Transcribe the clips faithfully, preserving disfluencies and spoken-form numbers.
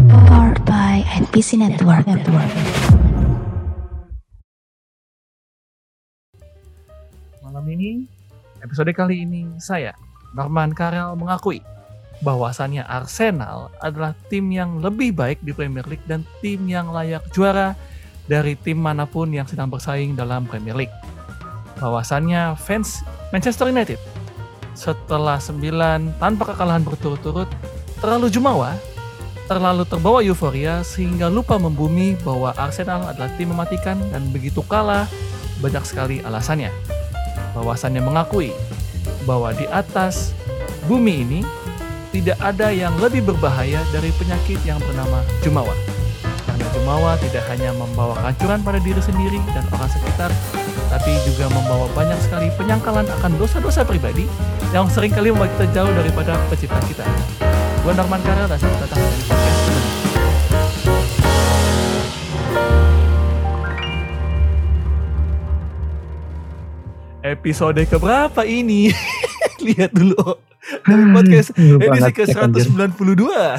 Powered by N P C Network. Network. Malam ini, episode kali ini saya, Norman Karel, mengakui bahwasannya Arsenal adalah tim yang lebih baik di Premier League dan tim yang layak juara dari tim manapun yang sedang bersaing dalam Premier League. Bahwasannya fans Manchester United setelah sembilan tanpa kekalahan berturut-turut terlalu jumawa, terlalu terbawa euforia sehingga lupa membumi bahwa Arsenal adalah tim mematikan dan begitu kalah banyak sekali alasannya. Bahwasannya mengakui bahwa di atas bumi ini tidak ada yang lebih berbahaya dari penyakit yang bernama jumawa. Karena jumawa tidak hanya membawa kehancuran pada diri sendiri dan orang sekitar, tapi juga membawa banyak sekali penyangkalan akan dosa-dosa pribadi yang seringkali membuat kita jauh daripada pencipta kita. Gue Norman Karel dan selamat datang di podcast ini. Episode keberapa ini? Lihat dulu. Dari podcast edisi ke seratus sembilan puluh dua.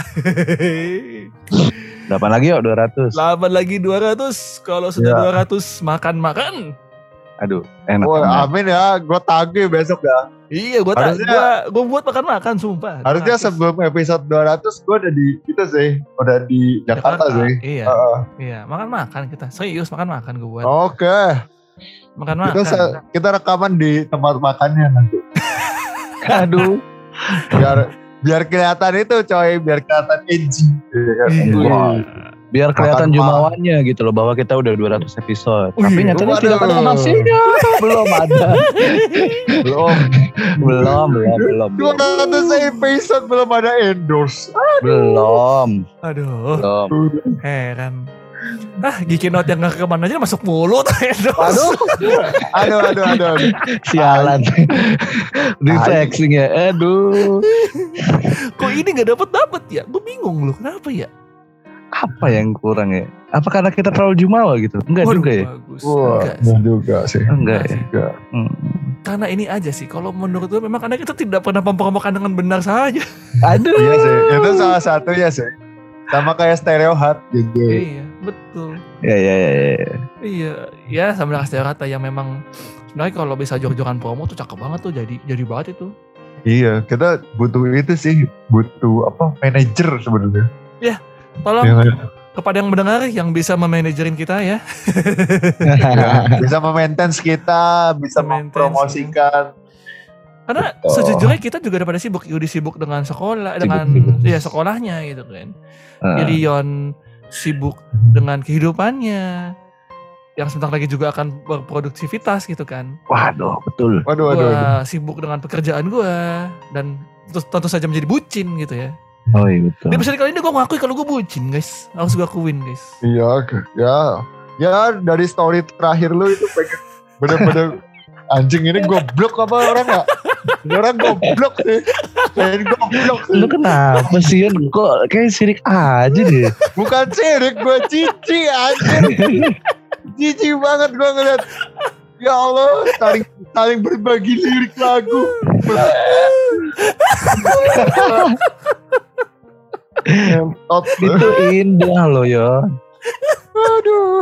delapan lagi yuk, dua ratus. delapan lagi dua ratus. Kalau sudah ya. dua ratus makan-makan. Aduh, enak. Woi, amin ya, gue tagih besok ya. Iya, gue tagih. Gue buat makan-makan, sumpah. Harusnya sebelum episode dua ratus gue udah di kita sih, udah di Jakarta, Jakarta sih. Iya, uh. iya, makan-makan kita. Serius makan-makan gue buat. Oke. Okay. Makan-makan. Kita, kita rekaman di tempat makannya nanti. Aduh. Biar biar kelihatan itu, coy, biar kelihatan edgy. Wow. Biar kelihatan jumawannya gitu loh, bahwa kita udah dua ratus episode. Wih, tapi nyatanya tidak ada nasinya. Belum ada. belum. Belum, belum, belum. dua ratus episode belum ada endorse. Aduh. Belum. Aduh. Belum. Heran. Ah, Geeky Note yang gak kemana aja masuk mulut endorse. Aduh. Aduh, aduh, aduh. aduh. Sialan. Reflexing ya. Aduh. Kok ini gak dapet-dapet ya? Gue bingung loh, kenapa ya? Apa yang kurang ya? Apa karena kita terlalu jumawa gitu? Enggak Waduh, juga ya? Bagus. Wah, enggak juga sih. Enggak, enggak ya? Enggak. Hmm. Karena ini aja sih, kalau menurut gue memang karena kita tidak pernah mempermakan dengan benar saja. Aduh. Iya sih, itu salah satunya sih. Sama kayak Stereo Heart gitu. Iya, betul. Iya, iya, iya. Iya, iya, ya sama dengan Stereo Heart yang memang sebenarnya kalau bisa jor-joran promo tuh cakep banget tuh, jadi jadi banget itu. Iya, kita butuh itu sih, butuh apa? Manajer sebenarnya. Iya. Tolong ya, kepada yang mendengar yang bisa memanajerin kita ya. ya bisa memaintenance kita, bisa mempromosikan. Karena oh. sejujurnya kita juga daripada sibuk, udah sibuk dengan sekolah, sibuk, dengan sibuk. ya sekolahnya gitu kan. Uh. Irion sibuk dengan kehidupannya, yang sebentar lagi juga akan berproduktivitas gitu kan. Waduh, betul. Waduh, waduh, waduh. Sibuk dengan pekerjaan gue dan tentu saja menjadi bucin gitu ya. Oh iya betul. Di episode kali ini gue ngakui kalau gue bucin guys. Harus gue akuin guys. Iya ya. Ya dari story terakhir lu itu pengen bener-bener anjing ini goblok apa orang gak? Ini orang goblok sih. Pengen goblok sih. Lu kenapa sih? Kok kayak sirik aja deh. Bukan sirik, gue cici anjing. Cici banget gue ngeliat. Ya Allah, saling, saling berbagi lirik lagu. Itu indah loh ya. Aduh.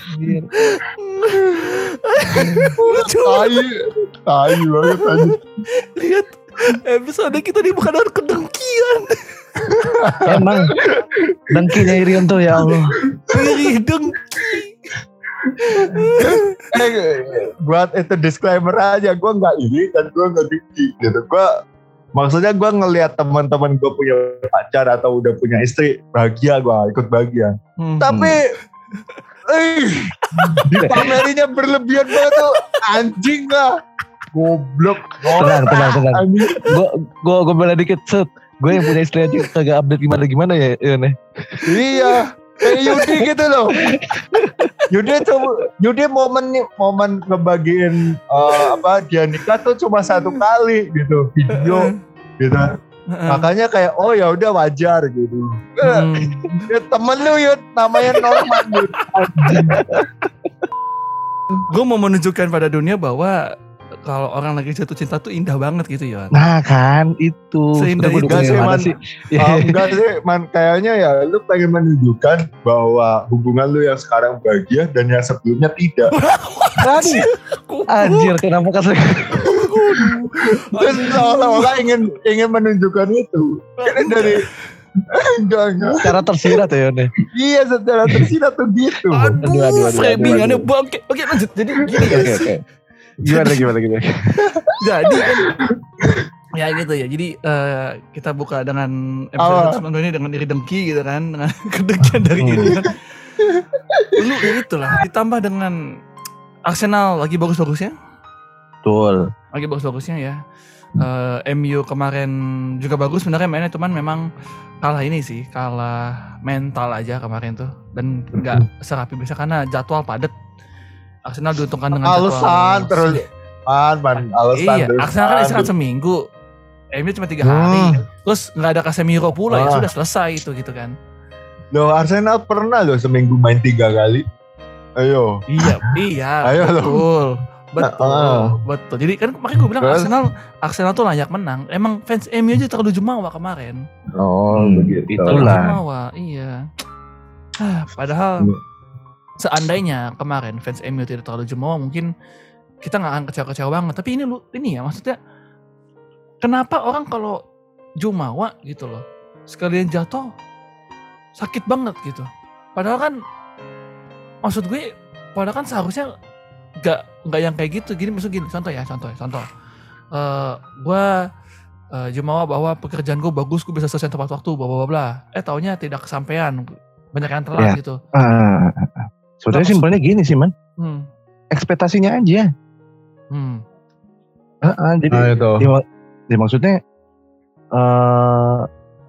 Tai, tai banget aja. Lihat episode kita ini bukan dengan kedengkian. Emang dengkinya Irion tuh ya Allah. Iri dengki. eh, buat itu disclaimer aja, gue nggak iri dan gue nggak dengki gitu. Gue maksudnya gue ngelihat teman-teman gue punya pacar atau udah punya istri bahagia, gue ikut bahagia. Hmm. Tapi eh, dipamerinnya berlebihan banget tuh, anjing lah, goblok. Tenang, tenang, tenang. Gue gue gue bela dikit set. Gue yang punya istri aja kagak update gimana gimana ya, Ion. Iya. Kayak Yudi gitu loh. Yudi tuh, Yudi momen momen ngebagiin uh, apa dia nikah tuh cuma satu kali gitu video gitu. Makanya kayak oh ya udah wajar gitu. Hmm. Ya, temen lu Yud namanya Norman Yud. Gue mau menunjukkan pada dunia bahwa kalau orang lagi jatuh cinta tuh indah banget gitu ya. Nah kan itu. Seindah itu Enggak sih, man. sih? Oh, enggak sih, man. Kayaknya ya lu pengen menunjukkan bahwa hubungan lu yang sekarang bahagia dan yang sebelumnya tidak. Anjir, anjir kenapa kasih? Terus seolah-olah ingin ingin menunjukkan itu. Karena dari enggak enggak. Secara tersirat ya Yone. Iya, secara tersirat tuh gitu. Aduh, Aduh, aduh, aduh, framingannya aduh. bangke. Oke lanjut. Jadi gini Oke guys. oke. Gimana gimana gimana? Jadi kan ya gitu ya. Jadi uh, kita buka dengan episode seratus sembilan puluh dua ini dengan iri dengki gitu kan, dengan kedengkian dari Hmm. ini kan. Lu ya itulah ditambah dengan Arsenal lagi bagus-bagusnya. Betul. Lagi bagus-bagusnya ya. Uh, M U kemarin juga bagus sebenarnya mainnya, cuman memang kalah ini sih, kalah mental aja kemarin tuh, dan nggak serapi biasa karena jadwal padat. Arsenal diuntungkan dengan Alasan jadwal terus. Man, man, alasan iya, terus. Arsenal kan istirahat Aduh. seminggu, M U cuma tiga hari, Hmm. terus nggak ada Casemiro pula, ya Wah. sudah selesai itu gitu kan. Loh, Arsenal pernah loh seminggu main tiga kali. Ayo. Iya, iya, Ayo loh. betul, betul, Ah. betul. Jadi kan makanya gue bilang Terus? Arsenal, Arsenal tuh layak menang. Emang fans M U aja terlalu jumawa kemarin. Oh, Hmm, begitu. Terlalu Itulah. jumawa, iya. Ah, padahal Iya. seandainya kemarin fans M U tidak terlalu jumawa, mungkin kita nggak akan kecewa-kecewa banget. Tapi ini lu, ini ya maksudnya, kenapa orang kalau jumawa gitu loh, sekalian jatuh sakit banget gitu. Padahal kan, maksud gue, padahal kan seharusnya nggak nggak yang kayak gitu. Gini maksud gini, contoh ya, contoh, contoh. Uh, gue uh, jumawa bahwa pekerjaan gue bagus, gue bisa selesai tepat waktu, bla bla bla. Eh taunya tidak kesampaian, banyak yang telat Ya. gitu. Ah, sebenarnya Kenapa? simpelnya gini sih man, Hmm. ekspektasinya aja. Hmm. Ah, ah, jadi Nah, itu. ya, mak- ya maksudnya eh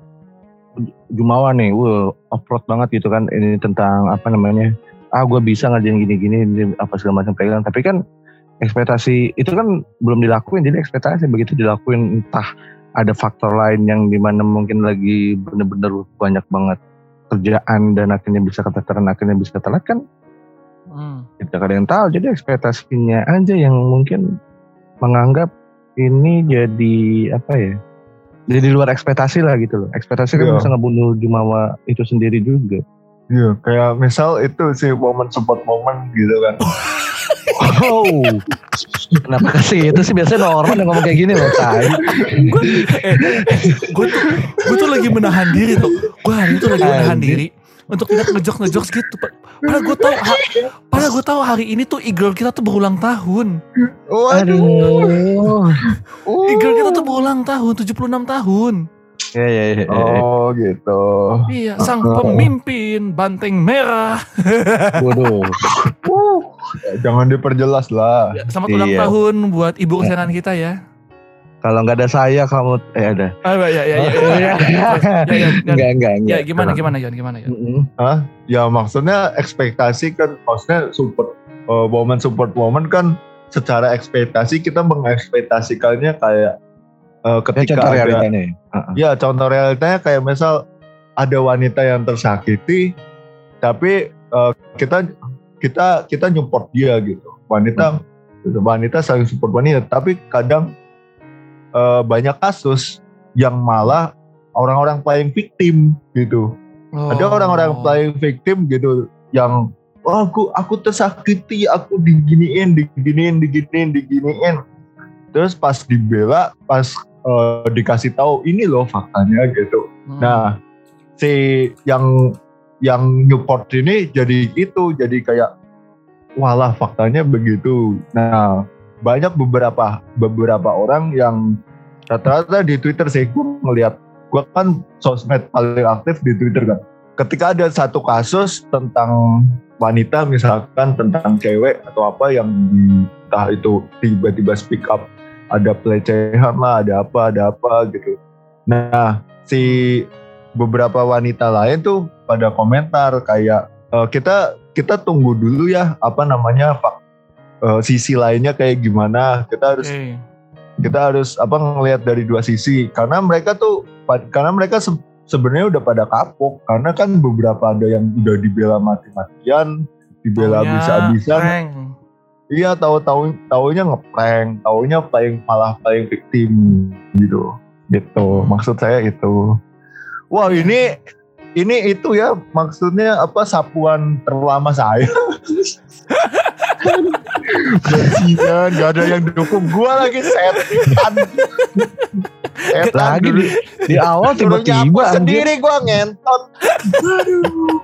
Jumawa nih, wah offroad banget gitu kan, ini tentang apa namanya, ah gue bisa ngerjain gini-gini, ini apa segala macam pegang, tapi kan ekspektasi itu kan belum dilakuin, jadi ekspektasi begitu dilakuin entah ada faktor lain yang dimana mungkin lagi bener-bener banyak banget kerjaan dan akhirnya bisa keteteran, akhirnya bisa telat kan, Hmm. kita kadang yang tahu, jadi ekspektasinya aja yang mungkin menganggap ini jadi apa ya, jadi luar ekspektasi lah gitu loh. Ekspektasi kan Iya. bisa ngebunuh Jumawa itu sendiri juga. Iya, kayak misal itu sih momen support momen gitu kan. Oh, kenapa sih itu sih biasanya Norman yang ngomong kayak gini loh, tai. gue eh, gue tuh gue tuh lagi menahan diri tuh. Gue hari itu lagi menahan Anjir. diri untuk tidak ngejok ngejok gitu. Pa- Padahal gue tahu, ha- padahal gue tahu hari ini tuh e-girl kita tuh berulang tahun. Aduh. E-girl kita tuh berulang tahun, tujuh puluh enam tahun. Ya ya ya. ya. Oh gitu. Iya, sang pemimpin banteng merah. Waduh. Jangan diperjelas lah. Ya, selamat ulang Iya. tahun buat ibu kesayangan kita ya. Kalau nggak ada saya kamu eh ada. Ah, ya, ya, ya, ya, ya, ya, ya, ya, ya, Enggak enggak ya, enggak. gimana, gimana, Yon, gimana, Yon? Mm-mm. Ya maksudnya ekspektasi kan, maksudnya support uh, momen support momen kan secara ekspektasi kita mengekspektasikannya kayak uh, Ya ketika contoh ada realitanya. Uh-uh. ya contoh realitanya kayak misal ada wanita yang tersakiti tapi uh, kita kita kita nyupport dia gitu. Wanita wanita saling support wanita, tapi kadang uh, banyak kasus yang malah orang-orang paling victim gitu. Oh. Ada orang-orang paling victim gitu yang oh, aku aku tersakiti, aku diginiin, diginiin, diginiin, diginiin. Terus pas dibela, pas uh, dikasih tahu ini loh faktanya gitu. Hmm. Nah, si yang yang nyupport ini jadi gitu, jadi kayak walah faktanya begitu. Nah, banyak beberapa beberapa orang yang rata-rata di Twitter sih gue ngeliat, gue kan sosmed paling aktif di Twitter kan. Ketika ada satu kasus tentang wanita misalkan, tentang cewek atau apa yang entah itu tiba-tiba speak up, ada pelecehan lah, ada apa, ada apa gitu. Nah, si beberapa wanita lain tuh pada komentar kayak e, kita kita tunggu dulu ya apa namanya fak, e, sisi lainnya kayak gimana. Kita harus Oke. kita harus apa ngelihat dari dua sisi karena mereka tuh karena mereka se- sebenarnya udah pada kapok karena kan beberapa ada yang udah dibela mati-matian, dibela Taunya bisa-habisan. prank. Iya, tahu-tahu taunya ngeprank, taunya playing malah playing victim gitu. Gitu. Maksud saya itu. Wah, ini ini itu ya maksudnya apa sapuan terlama saya. Bajingan, gak ada yang dukung gua lagi setan. Setan Lagi dulu. di, di awal Suruh tiba-tiba nyapu anjir. sendiri gua ngentot. Aduh.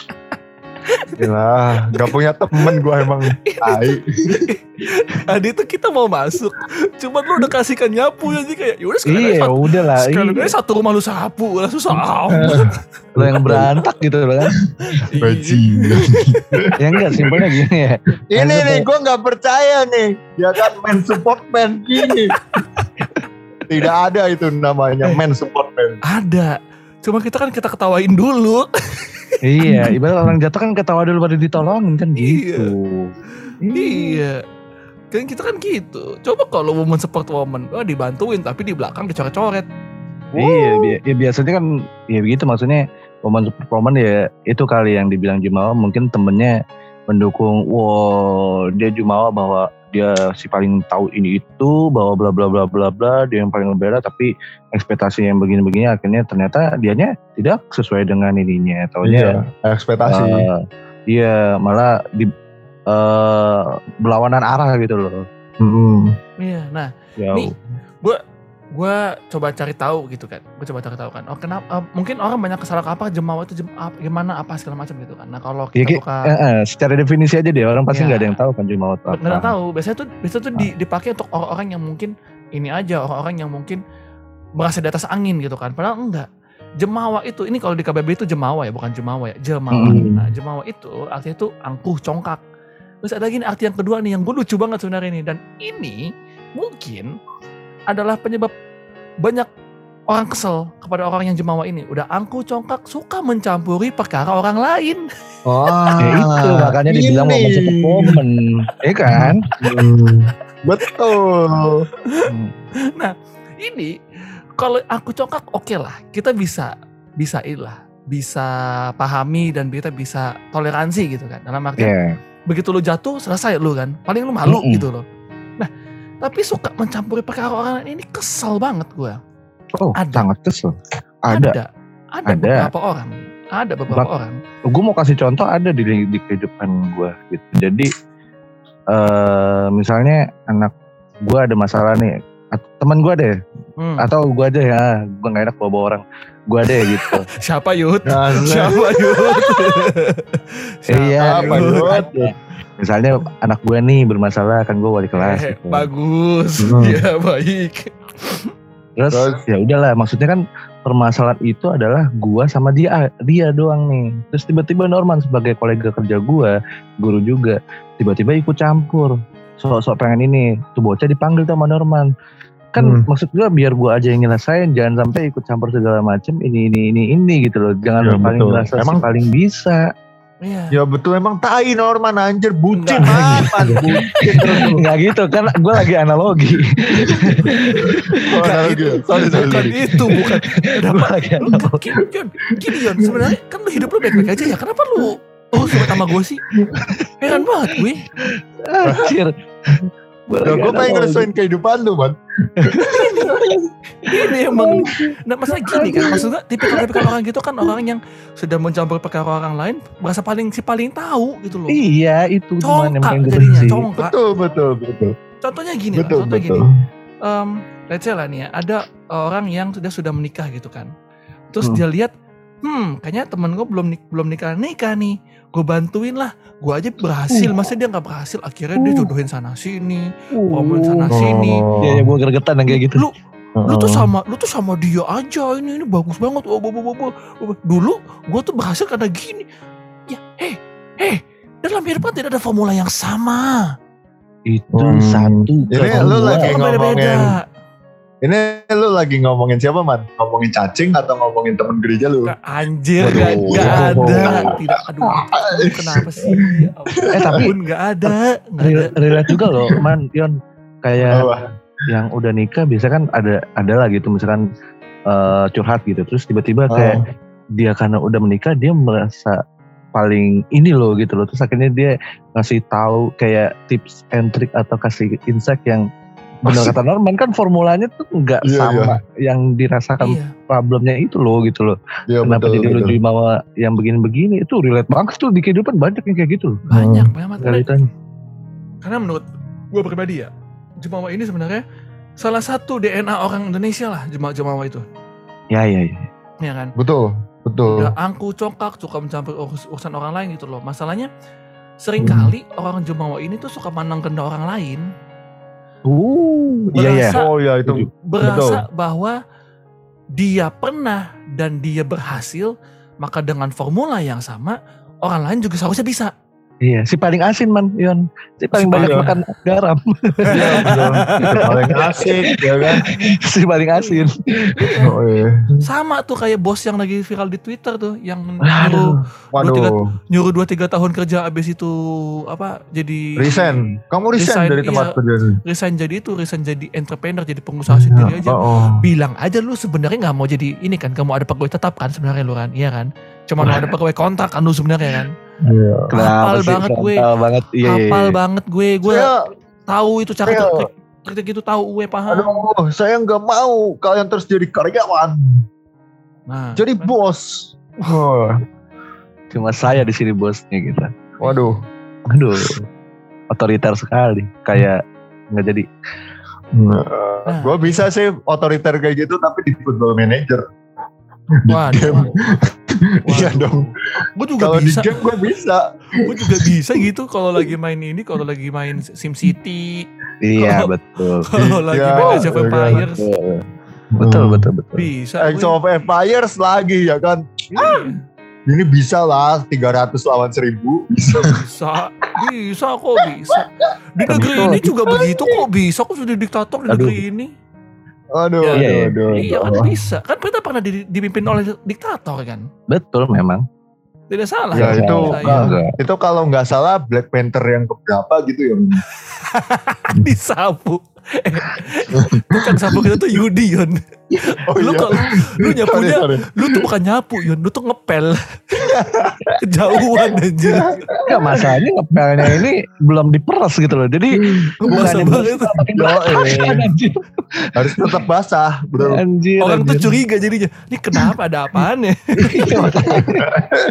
Gila, gak punya temen gue emang. Tai. Tadi tuh kita mau masuk, cuman lu udah kasihkan nyapu jadi kayak yaudah sekalian Iya satu, udah lah. sekalian Iya. aja satu rumah lu sapu lah susah amat. Lo yang berantak gitu loh kan. Bajingan. Ya enggak, simpelnya gini ya. Ini Maksudnya- nih gue gak percaya nih. Ya kan man support man gini. Tidak ada itu namanya man support man. Ada, cuma kita kan kita ketawain dulu. Iya, ibarat orang jatuh kan ketawa dulu baru ditolongin kan gitu. Iya, kan kita kan gitu. Coba kalau woman support woman, oh dibantuin tapi di belakang dicoret-coret. Iya, bi- ya biasanya kan ya begitu maksudnya woman super woman ya itu kali yang dibilang Jumawa mungkin temennya mendukung, wow dia Jumawa bahwa dia si paling tahu ini itu bahwa bla bla bla bla bla dia yang paling berbeda tapi ekspektasi yang begini-begini akhirnya ternyata dianya tidak sesuai dengan ininya taunya Iya, ekspektasi. eh, dia malah di eh, berlawanan arah gitu loh. Hmm. Iya, nah Jauh. nih gue coba cari tahu gitu kan, gue coba cari tahu kan. Oh kenapa? Uh, mungkin orang banyak kesalah apa Jemawa itu jem, ap, gimana apa segala macam gitu kan. Nah kalau Ya, kita ki- buka, eh, eh, secara definisi aja deh orang pasti Ya. nggak ada yang tahu kan Jumawa itu apa. nggak ada tahu. Biasanya tuh biasanya tuh di, dipakai untuk orang-orang yang mungkin ini aja, orang-orang yang mungkin merasa di atas angin gitu kan. Padahal enggak. Jemawa itu, ini kalau di K B B itu Jemawa ya, bukan Jemawa ya, Jemawa. Hmm. Nah Jemawa itu artinya tuh angkuh, congkak. Terus ada lagi nih arti yang kedua nih yang gue lucu banget sebenarnya ini. Dan ini mungkin adalah penyebab banyak orang kesel kepada orang yang Jemawa ini. Udah angkuh, congkak, suka mencampuri perkara orang lain. Wah, Ya itu makanya dibilang ini. woman super woman, ya kan? Hmm. Betul. Nah ini kalau aku congkak oke lah, kita bisa bisa ilah, bisa pahami dan kita bisa toleransi gitu kan. Dalam artian Ya. begitu lu jatuh selesai lu kan, paling lu malu Mm-mm. gitu loh. Nah tapi suka mencampuri perkara orang lain ini kesel banget gue. Oh, Ada. sangat kesel. Ada. Ada, ada, Ada. beberapa orang, ada beberapa Bak- orang. Gue mau kasih contoh ada di di kehidupan gue gitu. Jadi eh misalnya anak gue ada masalah nih, at- teman gue deh, Hmm. atau gue aja ya, gue nggak enak bawa bawa orang, gue deh gitu. Siapa Yud? Nah, Siapa Yud? Iya, Siapa, gitu. Yud? Misalnya anak gue nih bermasalah kan gue wali kelas. Eh, Gitu. bagus, Hmm. ya baik. Terus, Terus? ya udahlah, maksudnya kan permasalahan itu adalah gua sama dia dia doang nih. Terus tiba-tiba Norman sebagai kolega kerja gua, guru juga, tiba-tiba ikut campur. Sok-sok pengen ini, tuh bocah dipanggil tuh sama Norman. Kan Hmm. maksud gua biar gua aja yang nyelesain, jangan sampai ikut campur segala macem ini ini ini ini gitu loh. Jangan Ya, lo paling betul. ngerasa si Emang- paling bisa. Iya. Ya betul emang tai Norman anjir bucin Enggak. amat bucin. Enggak gitu kan, gua lagi analogi. Oh, analogi. Sorry, sorry, Bukan sorry. itu, bukan. Kenapa? Gua lagi Lu, analogi. gini, Yon, gini Yon, sebenarnya kan lu hidup lu baik-baik aja ya. Kenapa lu oh suka sama gue sih? Heran banget gue. Anjir. Gua Ya, lagi gue pengen analogi. ngerasain kehidupan lu man. Ini emang. Nah masalah gini kan, maksudnya tipikal-tipikal orang gitu kan orang yang sudah mencampur perkara orang lain, merasa paling si paling tahu gitu loh. Iya itu cuman yang Congkak paling jadinya, benci. congkak. Betul betul betul. Contohnya gini, lah, Betul contohnya betul. gini. Um, let's say lah nih ya, ada orang yang sudah sudah menikah gitu kan. Terus Hmm. dia lihat, hmm, kayaknya temen gue belum nik- belum nikah nikah nih. Gue bantuin lah, gue aja berhasil, masa dia nggak berhasil? Akhirnya dia jodohin sana sini, ngomongin sana sini. Oh. Iya, ya, gue gregetan yang kayak gitu. Lu, lu tuh Heeh. sama, lu tuh sama dia aja. Ini ini bagus banget. Oh, bo, bo, bo, bo. Dulu gue tuh berhasil karena gini. Ya, eh, eh, dalam hidup kan tidak ada formula yang sama. Itu Hmm. satu. Ini kedua. lu lagi Kan beda-beda. Ini lu lagi ngomongin siapa man? Ngomongin cacing atau ngomongin temen gereja lu? Nggak, anjir, Waduh. gak, gak ada. Waduh. Tidak, aduh, aduh, kenapa sih? Ya ampun, Eh, tapi- gak ada. Gak ada. Rel- relate juga loh, man, Yon. Kayak Apa? yang udah nikah biasa kan ada ada lah gitu, misalkan eh, curhat gitu. Terus tiba-tiba kayak Oh. dia karena udah menikah dia merasa paling ini loh gitu loh. Terus akhirnya dia ngasih tahu kayak tips and trick atau kasih insight yang benar kata Norman kan formulanya tuh nggak Iya, sama yang dirasakan Iya. problemnya itu loh gitu loh. Iya, Kenapa betul, jadi lu betul. jumawa yang begini-begini itu relate banget tuh di kehidupan banyak yang kayak gitu loh. Banyak, Hmm. banget. Realitanya. Karena menurut gue pribadi ya, jumawa ini sebenarnya salah satu D N A orang Indonesia lah, jumawa-jumawa itu. Ya ya ya. Ya kan? Betul, betul. Udah angku congkak, suka mencampur urus- urusan orang lain gitu loh. Masalahnya seringkali orang jumawa ini tuh suka mandang rendah orang lain. Uh, iya ya. Berasa- Oh ya itu. Berasa bahwa dia pernah dan dia berhasil, maka dengan formula yang sama, orang lain juga seharusnya bisa. Iya, si paling asin man, Yon. Si paling Si banyak paling- makan garam. Iya betul. Paling asik ya kan. Si paling asin. Oh iya. Sama tuh kayak bos yang lagi viral di Twitter tuh, yang nyuruh Waduh. nyuruh dua tiga tahun kerja, abis itu apa jadi Resign. Kamu resign, Resign, dari tempat iya. kerja sih. resign jadi itu resign jadi entrepreneur, jadi pengusaha sendiri aja. Oh, oh. Bilang aja lu sebenarnya nggak mau jadi ini kan, kamu ada pegawai tetap kan sebenarnya lu kan, iya kan? Cuma mau ada pegawai kontrak kan lu sebenarnya kan? Iya. Hafal banget gue. Hafal banget. Iya, iya, Hafal iya. banget gue, gue Saya, tahu itu cara Iya. trik trik itu tahu gue paham. aduh, saya nggak mau kalian terus jadi karyawan, Nah, jadi kan? bos. Oh, Cuma saya di sini bosnya gitu. waduh. Aduh, otoriter sekali. Kayak nggak jadi. Nah, Nah. gue bisa sih otoriter kayak gitu tapi di football manager. Di Waduh. game. Iya Waduh. dong. Gue juga Kalau di bisa, game gue bisa. gue juga bisa gitu kalau lagi main ini, kalau lagi main SimCity, Iya, Kalau- betul. kalau lagi Iya, main Age of iya. Empires, Betul, betul, betul. bisa. Age gue. of Empires lagi ya kan. Iya. Ini bisa lah tiga ratus lawan seribu. Bisa. Bisa, bisa kok bisa. Di negeri Betul. ini juga begitu kok bisa, kok sudah diktator di Aduh. negeri ini. Aduh, Iya, aduh, iya. aduh, Iya kan aduh. bisa. Kan kita pernah di- dipimpin oleh diktator kan. Betul memang. Tidak salah. Ya Nggak itu salah. saya. Enggak. itu kalau nggak salah Black Panther yang keberapa gitu ya. Disapu. Eh, tukang sapu kita tuh Yudi Yon. Oh Lu kalau lu Sorry, nyapunya, sorry. lu tuh bukan nyapu Yon, lu tuh ngepel. Kejauhan anjir. Enggak, masalahnya ngepelnya ini belum diperas gitu loh. Jadi Basah bukannya banget. makin Yo, basah, eh. anjir. Harus tetap basah, bro. Anjir, Orang tuh anjir. curiga jadinya. Ini kenapa, ada apaan ya? Iya, makanya.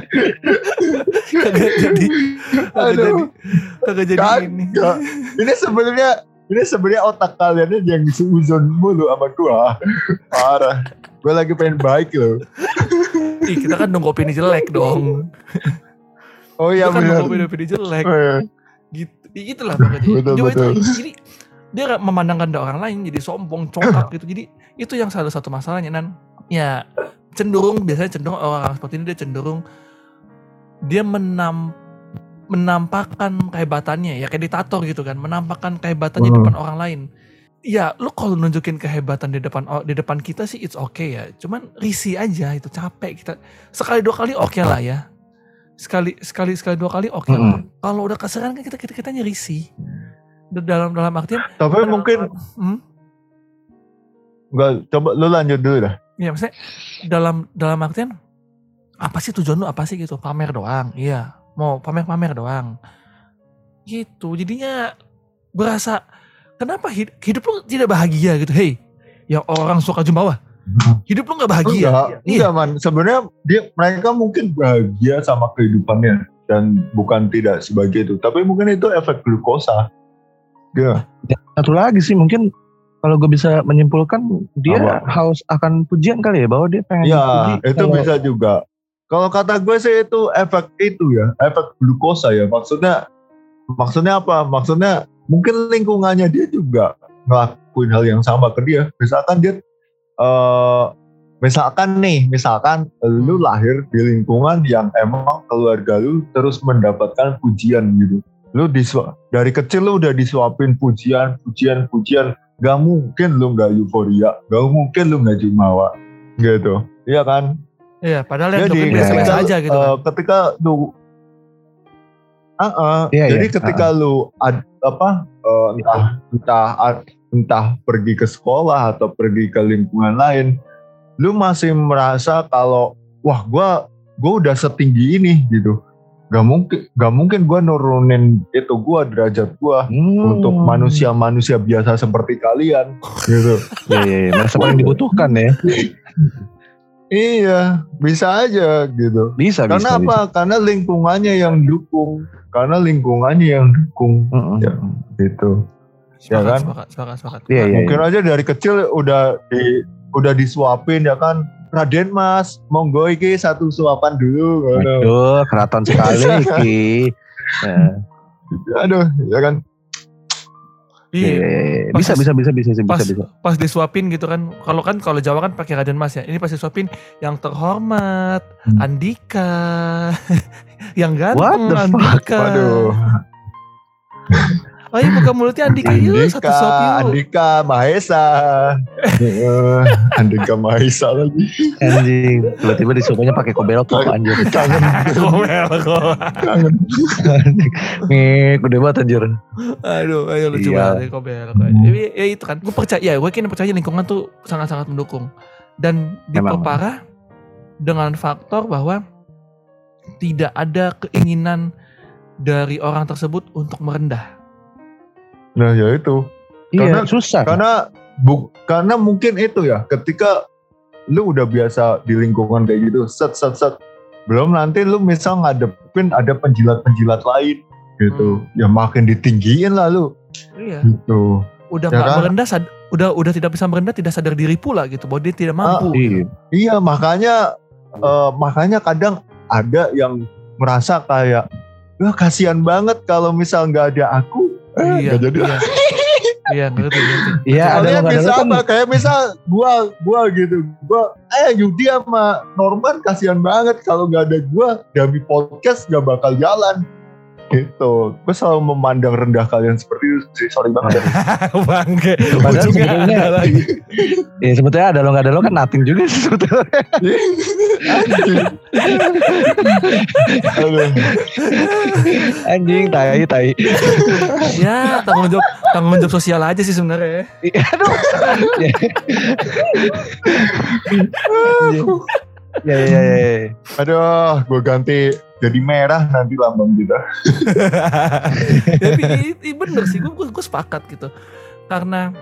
Kagak jadi. Kagak Aduh. jadi. Kagak jadi ini. Kagak. Ini sebenarnya ini sebenarnya otak kalian ini yang seuzon mulu sama gua. Parah. Gua lagi pengen baik loh. Ih, kita kan nunggu opini jelek dong. Oh iya Kita kan benar. nunggu opini jelek. Eh, Gitu. Itulah makanya. Betul, Coba betul. itu. Jadi dia gak memandangkan orang lain, jadi sombong, congkak gitu. Jadi itu yang salah satu masalahnya, Nan. Ya cenderung, biasanya cenderung orang seperti ini dia cenderung dia menam menampakkan kehebatannya ya kayak diktator gitu kan, menampakkan kehebatannya di Hmm. depan orang lain. Ya lu kalau nunjukin kehebatan di depan di depan kita sih it's okay ya, cuman risih aja, itu capek kita sekali dua kali oke lah ya, sekali sekali sekali dua kali oke lah. Kalau udah keseran kan kita kita kitanya risih dalam dalam artian Tapi mungkin hmm? enggak, coba lu lanjut dulu dah. Ya maksudnya dalam dalam artian apa sih tujuan lu, apa sih gitu, pamer doang, iya mau pamer-pamer doang gitu. Jadinya berasa kenapa hidup, hidup lu tidak bahagia gitu. Hey, yang orang suka jumawa, hidup lu gak bahagia. Enggak, Iya. enggak man. Sebenarnya dia mereka mungkin bahagia sama kehidupannya dan bukan tidak sebagai itu. Tapi mungkin itu efek glukosa. Iya. Satu lagi sih mungkin kalau gue bisa menyimpulkan dia Apa? haus akan pujian kali ya, bahwa dia pengen Ya, dipuji. itu Kalau- bisa juga. Kalau kata gue sih itu efek itu ya, efek glukosa ya. Maksudnya, maksudnya apa? Maksudnya mungkin lingkungannya dia juga ngelakuin hal yang sama ke dia. Misalkan dia, eh, misalkan nih, misalkan lu lahir di lingkungan yang emang keluarga lu terus mendapatkan pujian gitu. Lu disu- dari kecil lu udah disuapin pujian, pujian, pujian. Gak mungkin lu gak euforia, gak mungkin lu gak jumawa gitu. Iya kan? Iya, padahal yang Jadi hidupnya biasa-biasa ketika, aja gitu eh, kan. ketika lu uh, uh, Iya, jadi iya. ketika lu ad, apa eh, entah entah ad- entah pergi ke sekolah atau pergi ke lingkungan lain, lu masih merasa kalau wah gua gua udah setinggi ini gitu. gak mungkin gak mungkin gue nurunin itu gue derajat gue Hmm. untuk manusia-manusia biasa seperti kalian gitu. Iya iya iya, merasa paling dibutuhkan ya. Iya, bisa aja gitu. Bisa Karena bisa. apa? Bisa. Karena lingkungannya yang dukung. Karena lingkungannya yang dukung. Mm-mm. Ya, gitu. Ya Sepakat, kan? sepakat, sepakat, sepakat. Iya, iya. Mungkin aja dari kecil udah di udah disuapin ya kan. Raden Mas, monggo iki satu suapan dulu. Ngono. Aduh, keraton sekali iki. Nah, Aduh, ya kan. iya, Iya. iya, iya. Pas- Bisa bisa bisa bisa bisa Pas, bisa. pas disuapin gitu kan, kalau kan kalau Jawa kan pakai Raden Mas ya. Ini pas disuapin yang terhormat Hmm. Andika, yang What ganteng the fuck? Andika. Waduh. Oh iya buka mulutnya Andika, yuk satu Andika, suap yuk. Andika Mahesa. Heeh, Andika Mahesa lagi. Anjing, tiba-tiba disuapnya pakai kobelko anjir. Kangen, Komel kok. kangen. Nih, gede banget anjir. Aduh, ayo lucu Iya. banget komel. Jadi ya itu kan, gue percaya, ya gue kini percaya lingkungan tuh sangat-sangat mendukung dan Memang. diperparah dengan faktor bahwa tidak ada keinginan dari orang tersebut untuk merendah. Nah, ya itu. Iya, Karena- susah. Karena bu, karena mungkin itu ya, ketika lu udah biasa di lingkungan kayak gitu, set set set, belum nanti lu misal ngadepin ada penjilat-penjilat lain gitu, ya makin ditinggiin lah lu Iya. gitu. Udah Ya nggak kan? merendah, sad- udah udah tidak bisa merendah, tidak sadar diri pula gitu, bahwa dia tidak mampu. Iya. Iya, makanya eh, makanya kadang ada yang merasa kayak, wah kasihan banget kalau misal nggak ada aku. Eh, Iya, nggak jadi. iya. Iya, ngerti, ngerti. Iya, ada Soalnya lo nggak ada bisa lo kan. apa? Kayak misal gua gua gitu, gua eh Yudi sama Norman kasihan banget kalau nggak ada gua, Dami podcast nggak bakal jalan. Gitu. Gue selalu memandang rendah kalian seperti itu sih. Sorry banget. Bangke. Padahal Ujungnya sebetulnya- ada lagi. Ya sebetulnya ada lo nggak ada lo kan nothing juga sih sebetulnya. Aduh. Anjing, tai tai. Ya, tanggung jawab tanggung jawab sosial aja sih sebenarnya. Iya, aduh. Anjing. Ya ya ya. ya. Aduh, gue ganti jadi merah nanti lambang kita. Tapi ini bener sih, gue gue sepakat gitu. Karena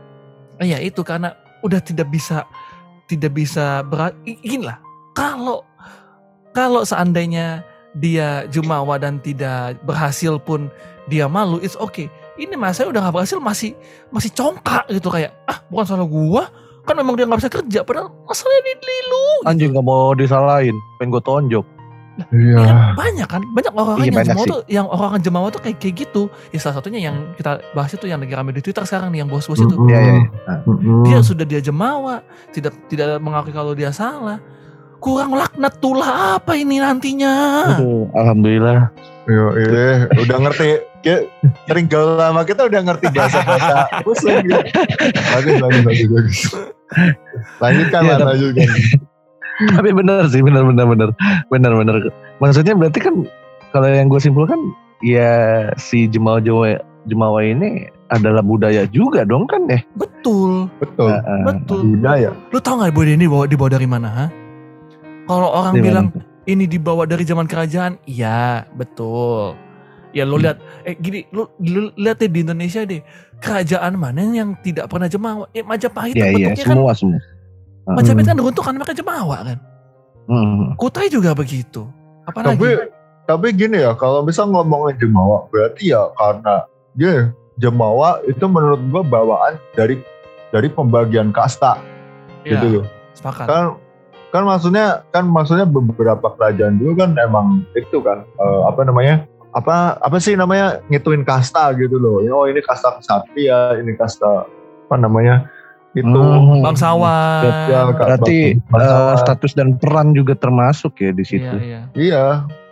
ya itu karena udah tidak bisa tidak bisa berat. Gini lah, kalau kalau seandainya dia jumawa dan tidak berhasil pun dia malu, it's okay. Ini mas saya udah gak berhasil masih masih congkak gitu kayak ah bukan salah gua, kan memang dia nggak bisa kerja padahal masalahnya di, di lu. Anjing nggak mau disalahin, pengen gue tonjok. Iya. Ya, banyak kan, banyak orang Iya, yang banyak jemaah sih. tuh, yang orang jemaah tuh kayak kayak gitu. Ya salah satunya yang kita bahas itu yang lagi rame di Twitter sekarang nih, yang bos-bos itu. Iya iya. Dia sudah dia jemaah, tidak tidak mengakui kalau dia salah. Kurang laknat tulah apa ini nantinya? Aduh, alhamdulillah. Yo, iya, udah ngerti. Kayak sering gaul lama kita udah ngerti bahasa-bahasa Muslim gitu. Bagus, bagus, bagus, bagus. Lanjutkan Iya, lah, tapi- lanjutkan. Tapi benar sih, benar benar benar. Benar benar. Maksudnya berarti kan kalau yang gue simpulkan ya si jemaah Jawa jemaah ini adalah budaya juga dong kan ya? Betul, Betul. Heeh. betul. Budaya. Lu tau gak budaya ini dibawa, dibawa dari mana? Ha? Kalau orang Di mana bilang tuh? ini dibawa dari zaman kerajaan, iya betul. Ya lu lihat, eh gini, lu, lu lihat deh di Indonesia deh, kerajaan mana yang tidak pernah jemawa? Eh Majapahit Iya kan iya, bentuknya kan, semua semua. Majapahit kan runtuh kan mereka jemawa kan. Hmm. Kutai juga begitu. Apalagi? Tapi tapi gini ya, kalau misal ngomongin jemawa, berarti ya karena dia jemawa itu menurut gua bawaan dari dari pembagian kasta ya, gitu loh. sepakat. Kan kan maksudnya kan maksudnya beberapa kerajaan dulu kan emang itu kan eh, apa namanya? Apa apa sih namanya ngituin kasta gitu loh. Oh ini kasta kesatria, ini kasta apa namanya? Itu Hmm. Bangsawan. Ya, Kak. Berarti Bangsawan. eh, status dan peran juga termasuk ya di situ. Iya, iya. Iya,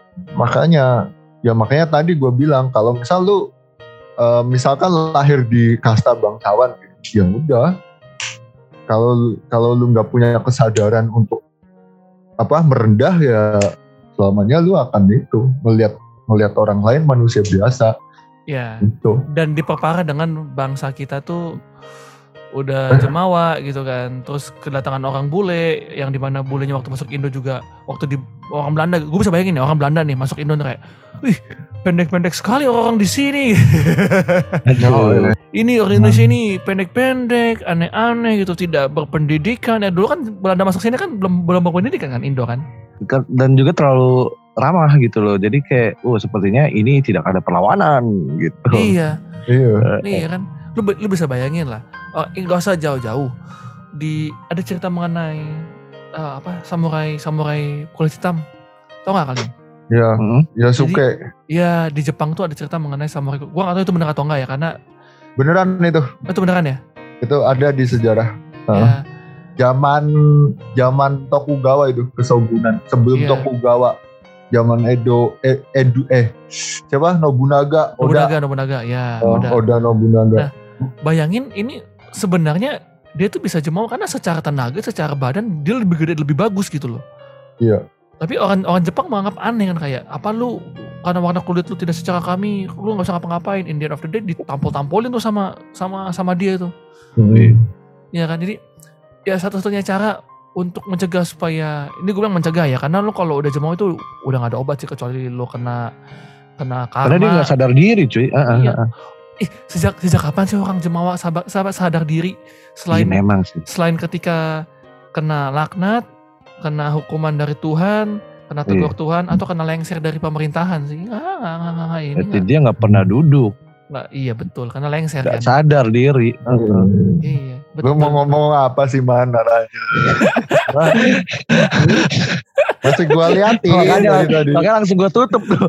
makanya ya makanya tadi gue bilang kalau misal lu eh, misalkan lahir di kasta bangsawan, ya udah. Kalau kalau lu nggak punya kesadaran untuk apa merendah ya selamanya lu akan itu melihat melihat orang lain manusia biasa Iya. gitu. Dan diperparah dengan bangsa kita tuh udah Jemawa gitu kan. Terus kedatangan orang bule yang dimana bulenya waktu masuk Indo juga waktu di orang Belanda, gue bisa bayangin ya orang Belanda nih masuk Indo kayak, wih pendek-pendek sekali orang di sini. Aduh. Ini orang Indonesia ini pendek-pendek, aneh-aneh gitu, tidak berpendidikan. Ya dulu kan Belanda masuk sini kan belum belum berpendidikan kan Indo kan. Dan juga terlalu ramah gitu loh. Jadi kayak, oh sepertinya ini tidak ada perlawanan gitu. Iya. Iya. Iya kan. Lu, lu bisa bayangin lah. Oh, gak usah jauh-jauh. Di ada cerita mengenai uh, apa samurai samurai kulit hitam. Tahu nggak kalian? Iya. Hmm. Yasuke. Iya di Jepang tuh ada cerita mengenai samurai. Gua nggak tahu itu benar atau enggak ya karena Beneran itu. itu beneran ya. Itu ada di sejarah. Ya, Zaman zaman Tokugawa itu kesogunan. Sebelum Iya. Tokugawa. Zaman Edo eh Edo eh siapa Nobunaga Nobunaga Oda Nobunaga ya. oh, Oda. Oda Nobunaga. Nah, bayangin ini sebenarnya dia tuh bisa Jemawa karena secara tenaga, secara badan dia lebih gede, lebih bagus gitu loh. Iya. Tapi orang orang Jepang menganggap aneh kan kayak apa lu karena warna kulit lu tidak secara kami, lu nggak bisa ngapa-ngapain. In the end of the day ditampol-tampolin tuh sama sama sama dia tuh. Hmm. Ya kan jadi ya satu-satunya cara untuk mencegah supaya ini gue bilang mencegah ya karena lu kalau udah Jemawa itu udah gak ada obat sih kecuali lu kena kena karma. Karena dia gak sadar diri cuy. Uh, Iya. uh, uh. Eh sejak sejak kapan sih orang Jemawa sabar, sabar sadar diri selain Iya, memang sih. selain ketika kena laknat, kena hukuman dari Tuhan, kena tegur Iya. Tuhan atau kena lengser dari pemerintahan sih. Ah, ah, ah, ah, ini Berarti nggak- dia gak pernah duduk. nggak, iya betul karena lengser Gak kan. sadar diri. Uh, uh. Iya Lu betul. mau ngomong apa sih man arahnya? Masih gua liatin Makanya, dari tadi. makanya langsung gue tutup tuh.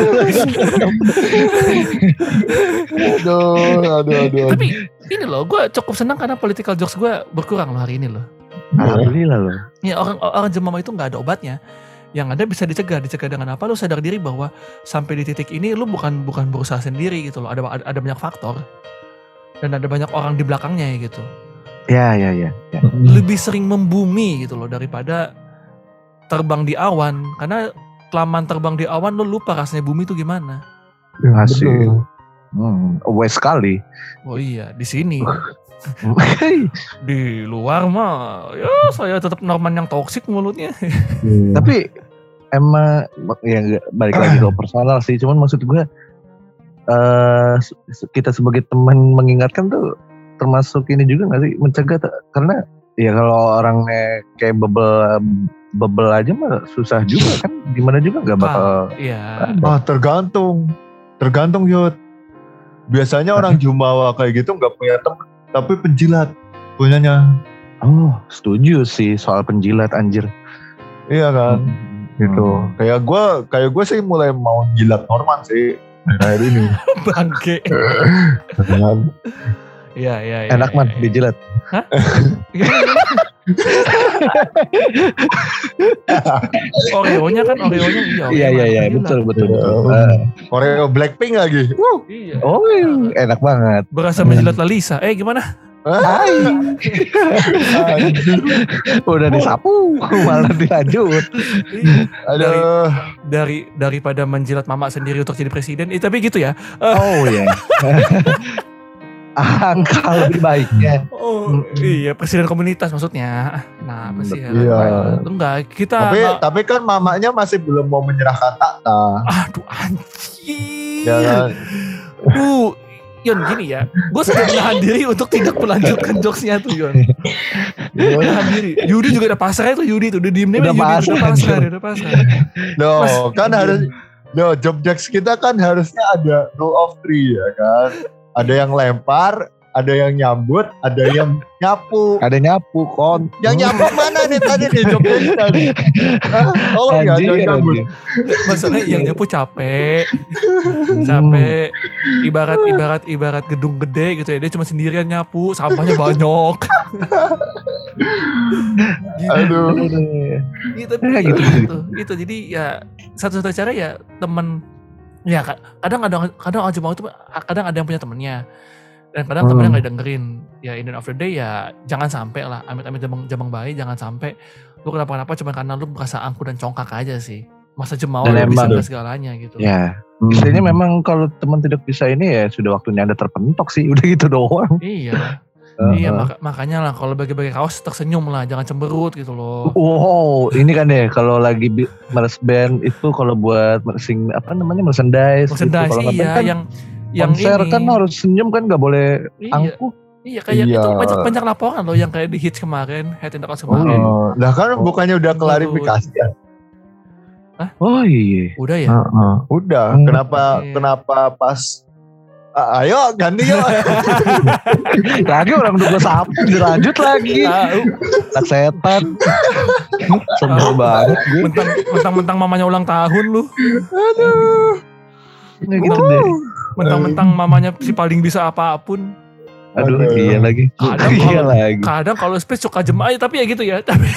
Aduh, aduh, aduh. Tapi ini loh, gue cukup senang karena political jokes gue berkurang loh hari ini loh. Alhamdulillah loh. Ya orang orang Jemawa itu nggak ada obatnya. Yang ada bisa dicegah, dicegah dengan apa? Lu sadar diri bahwa sampai di titik ini lu bukan bukan berusaha sendiri gitu loh. Ada ada, ada banyak faktor dan ada banyak orang di belakangnya ya gitu. Ya, ya, ya. ya. Lebih sering membumi gitu loh daripada terbang di awan. Karena kelamaan terbang di awan lu lupa rasanya bumi itu gimana. Masih. Betul. Hmm, aware sekali. Oh iya, di sini. Di luar mah ya saya tetap Norman yang toksik mulutnya. Tapi emang ya nggak- balik lagi ke personal sih. Cuman maksud gue eh kita sebagai teman mengingatkan tuh termasuk ini juga nggak sih mencegah t- karena ya kalau orangnya kayak bebel bebel aja mah susah juga kan, gimana juga nggak bakal. Iya. Ah, tergantung. Tergantung Yud. Biasanya orang Jumawa kayak gitu nggak punya teman, tapi penjilat punyanya. Oh setuju sih soal penjilat anjir. Iya kan? Gitu. Hmm. Kayak gue, kayak gue sih mulai mau jilat Norman sih akhir ini. Bangke. Kan? Iya, iya, iya. Enak man iya, iya. dijilat. Gimana, gimana? Oreonya kan, Oreonya iya. Iya iya iya Oreo betul gila. betul. Iya. betul. Eh, Oreo Blackpink lagi. Wuh. Iya. oh enak banget. Berasa menjilat Lalisa. Eh gimana? Hai. Udah disapu malah dilanjut. Iya. Dari, Aduh. dari daripada menjilat mama sendiri untuk jadi presiden. Eh, tapi gitu ya. Oh ya. Angka lebih baiknya. Oh iya, presiden komunitas maksudnya. Nah apa sih? Iya. Enggak, kita. Tapi nggak- tapi kan mamanya masih belum mau menyerahkan tahta. Aduh anjing. Ya kan? Uh, Yon gini ya, gue sudah menahan diri untuk tidak melanjutkan jokesnya tuh Yon. Menahan diri. Yudi juga udah pasrah itu Yudi tuh, udah diem nih Udah Yudi pasrah, udah pasrah, anjir. dia udah pasrah. No, Mas, kan harus no, job desk kita kan harusnya ada rule of three ya kan. Ada yang lempar, ada yang nyambut, ada yang nyapu. Ada nyapu kon. Yang nyapu mana nih tadi nih job desk-nya nih? Hah? Oh ya, Anjir, yang nyambut. anjir. Maksudnya yang nyapu capek, capek. Ibarat ibarat ibarat gedung gede gitu ya, dia cuma sendirian nyapu, sampahnya banyak. Gitu. Aduh. Gitu, Ya, gitu, gitu, gitu, gitu. Jadi ya satu-satunya cara ya teman. Ya ka- kadang ada kadang orang Jemawa itu kadang ada yang punya temennya dan kadang Hmm. temennya nggak dengerin. Ya in the end of the day ya jangan sampai lah amit-amit jamang jamang bayi jangan sampai lu kenapa-kenapa cuma karena lu merasa angkuh dan congkak aja sih. Masa Jemawa Dan lu bisa emang- nggak segalanya gitu. Ya. Intinya memang kalau teman tidak bisa ini ya sudah waktunya Anda terpentok sih. Udah gitu doang. Iya. Uh, Iya, uh. maka, makanya lah kalau bagi-bagi kaos tersenyum lah, jangan cemberut gitu loh. Wow, ini kan deh kalau lagi bi- merch band itu kalau buat mercing apa namanya merchandise. Merchandise gitu. Kalau iya, ngeband kan yang yang konser ini. kan harus senyum kan nggak boleh Iya. angkuh. Iya kayak Iya. itu banyak banyak laporan loh yang kayak di hits kemarin, Head in the Clouds kemarin. Oh, lah kan bukannya udah Cemberut. klarifikasi ya? Oh iya. Udah ya? Heeh. Udah. Hmm. Kenapa Oke. kenapa pas Ah, ayo ganti yuk. Lagi orang udah gue sapu dilanjut lagi. Tahu. Anak setan. Sebel banget gue. Mentang mentang-mentang mamanya ulang tahun lu. Nggak gitu deh. Mentang-mentang mamanya si paling bisa apapun. Aduh, Aduh. iya lagi. Kadang Iya kalau- lagi. Kadang kalau space suka jem aja tapi ya gitu ya. Tapi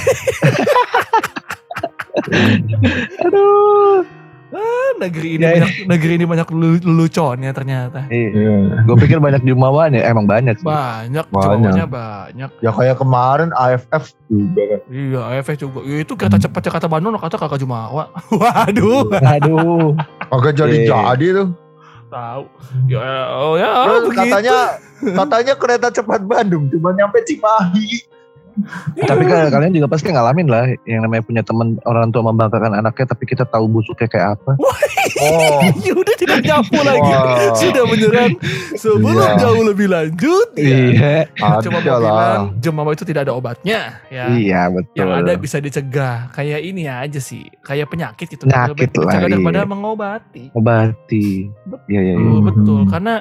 Aduh. negeri ini Ya, banyak negeri ini banyak lelu- leluconnya ternyata. Iya. Gue pikir banyak Jumawan ya. Emang banyak sih. Banyak, Banyak. cowoknya banyak. Ya kayak kemarin A F F juga kan. Iya, A F F juga. Ya, itu kereta cepat Jakarta Bandung kata kakak Jumawa. Waduh, Aduh. Kagak jadi Iya. jadi tuh. tahu. Ya, oh ya, Terus begitu. katanya katanya kereta cepat Bandung cuma nyampe Cimahi. Tapi kan kalian juga pasti ngalamin lah. Yang namanya punya teman orang tua membanggakan anaknya. Tapi kita tahu busuknya kayak apa. Oh. Ya udah tidak nyapu lagi. Wah. Sudah menyerang sebelum Iya. jauh lebih lanjut. Ya. Iya. Coba Ada mau bilang lah. Jemawa itu tidak ada obatnya. Ya. Iya betul. Yang ada bisa dicegah. Kayak ini aja sih. Kayak penyakit gitu. Penyakit Lebih lah, dicegah daripada iya. mengobati. Obati. Iya iya. iya. Betul, Hmm. betul. Karena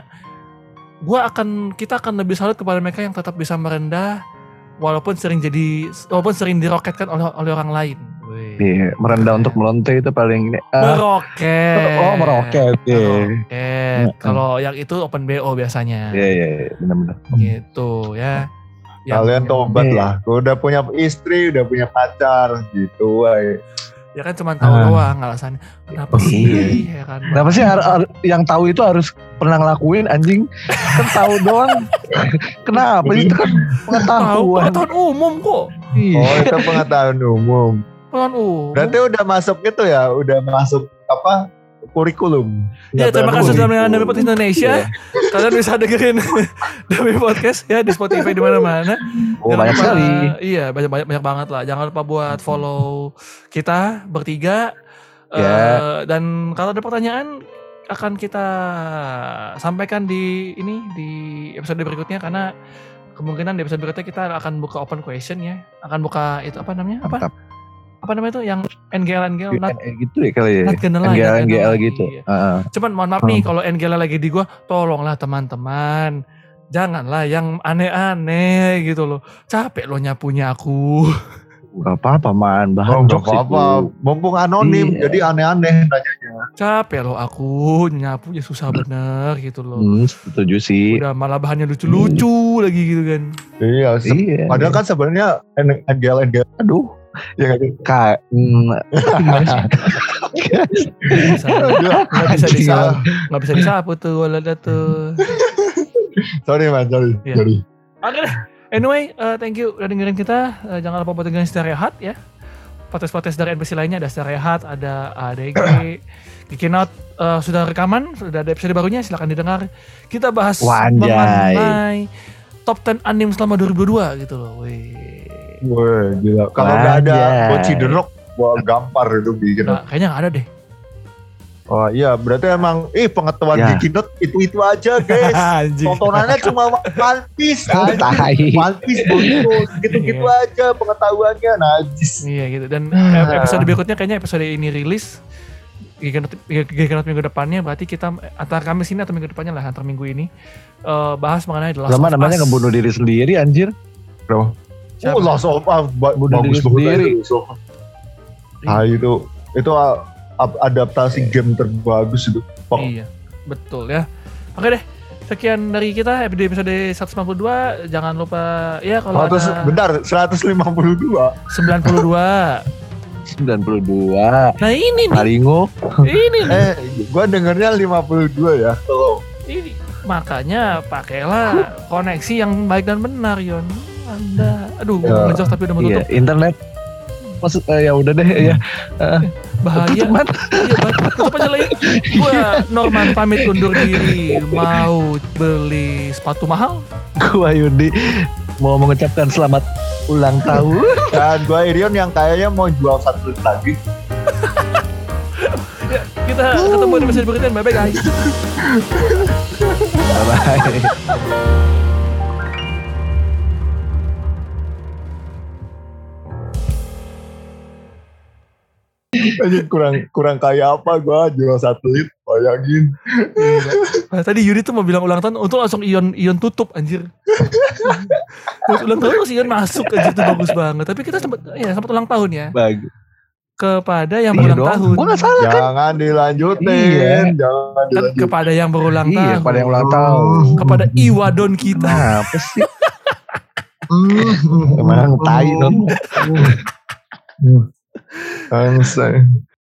gua akan kita akan lebih salut kepada mereka yang tetap bisa merendah walaupun sering jadi walaupun sering diroketkan oleh oleh orang lain. Wih. Iya, merendah untuk melonte itu paling ini. Ah, Meroket. oh meroket. Iya. Meroket. Kalau yang itu open B O biasanya. Iya iya iya, benar-benar. Gitu ya. Yang- Kalian tobat Iya. lah. Gua udah punya istri, udah punya pacar gitu woy. Ya kan cuma tahu Ah. doang alasannya. Kenapa sih? Iya. Ya kan. Kenapa sih har- har- yang tahu itu harus pernah ngelakuin anjing? Kan tahu doang. Kenapa itu kan Tahu pengetahuan. pengetahuan umum kok. Iya. Oh, itu pengetahuan umum. Pengetahuan umum. Berarti udah masuk gitu ya, udah masuk apa? Kurikulum. Ya terima kasih sudah mendengarkan Dami Podcast Indonesia. Iya. Kalian bisa dengerin Dami Podcast ya di Spotify di mana-mana. Oh Jangan banyak lupa- sekali. Iya banyak banyak banyak banget lah. Jangan lupa buat follow kita bertiga. Ya. Eh, dan kalau ada pertanyaan akan kita sampaikan di ini di episode berikutnya karena kemungkinan di episode berikutnya kita akan buka open question ya. Akan buka itu apa namanya? Apa? Mantap. Apa namanya itu yang N G L N G L not, Q and A gitu ya kali ya. not gonna lie, N G L not N G gonna L lie. gitu. Iya. Heeh. Cuman mohon maaf nih kalau N G L lagi di gua, tolonglah teman-teman. Janganlah yang aneh-aneh gitu loh. Capek lo nyapunya aku. Gak apa-apa man, Oh, bahan gak jokes apa-apa. itu. Mumpung anonim, Iya. jadi aneh-aneh nanyanya. Capek lo aku nyapunya susah bener gitu loh. Hmm, setuju sih. Udah malah bahannya lucu-lucu lagi gitu kan. Iya, se- Iya. padahal kan sebenarnya N G L N G L Aduh. ya nggak sih? Kak, hmm, gimana sih? Nggak bisa, nggak bisa disapu, nggak bisa disapu tuh, walada tuh. Sorry man, sorry. Iya. sorry. Oke deh. Anyway, uh, thank you udah dengerin kita. Uh, jangan lupa buat dengerin Stereo Hut ya. Podcast-podcast dari N P C lainnya ada Stereo Hut, ada A D G, Geekin Out uh, sudah rekaman, sudah ada episode barunya, silakan didengar. Kita bahas Wanjay. mengenai top sepuluh anime selama dua ribu dua gitu loh. Wih. Wah, gila. Kalau nggak ada Anjay. Bocci The Rock, wah gampar itu bikin. Nah, kayaknya nggak ada deh. Oh iya, berarti emang ih pengetahuan Ya. Geekin Out itu-itu aja guys. Anjing. Tontonannya cuma One Piece aja. Tai. One Piece Boruto, gitu-gitu Iya. aja pengetahuannya najis. Iya gitu. Dan Ah. eh, episode berikutnya kayaknya episode ini rilis. Geekin Out- Geekin Out minggu depannya berarti kita antara Kamis ini atau minggu depannya lah antar minggu ini eh, bahas mengenai The Last Lama of namanya Us. ngebunuh diri sendiri anjir. Bro. Siapa? Oh, Last of Us ba- Bunuh bagus diri banget sendiri. itu. So, nah itu itu a- a- adaptasi game terbagus itu. Fuck. Iya, betul ya. Oke deh, sekian dari kita di episode seratus sembilan puluh dua. Jangan lupa ya kalau Seratus ada bentar, seratus lima puluh dua. sembilan puluh dua. sembilan puluh dua. Nah ini nih, Haringo. ini nih, Eh, gua dengernya lima puluh dua ya. Tolong. ini. Makanya pakailah koneksi yang baik dan benar, Yon. Anda, aduh, gue Ya. ngejok tapi udah mau Iya, tutup. internet Maksud eh, ya udah deh ya. Uh, Bahaya. Iya, tutup aja lagi. Gua Norman pamit undur diri. Mau beli sepatu mahal? Gua Yudi mau mengucapkan selamat ulang tahun. Dan gua Irion yang kayaknya mau jual satu lagi. Ya, kita ketemu di episode berikutnya. Bye bye guys. Bye bye. Anjing kurang kurang kaya apa gua jual satelit, bayangin. Nah, tadi Yudi tuh mau bilang ulang tahun, untuk langsung Ion Ion tutup anjir. Pas ulang tahun terus Ion masuk anjir, itu bagus banget. Tapi kita sempat ya sempat ulang tahun ya. Bagus. Kepada yang Iya berulang dong. tahun. Gua gak salah kan? Jangan dilanjutin, Iya. jangan Kan dilanjutin. kepada yang berulang Iya, tahun. kepada yang ulang tahun. Kepada Iwadon kita. Nah, apa sih? Emang tai non. Bangsa.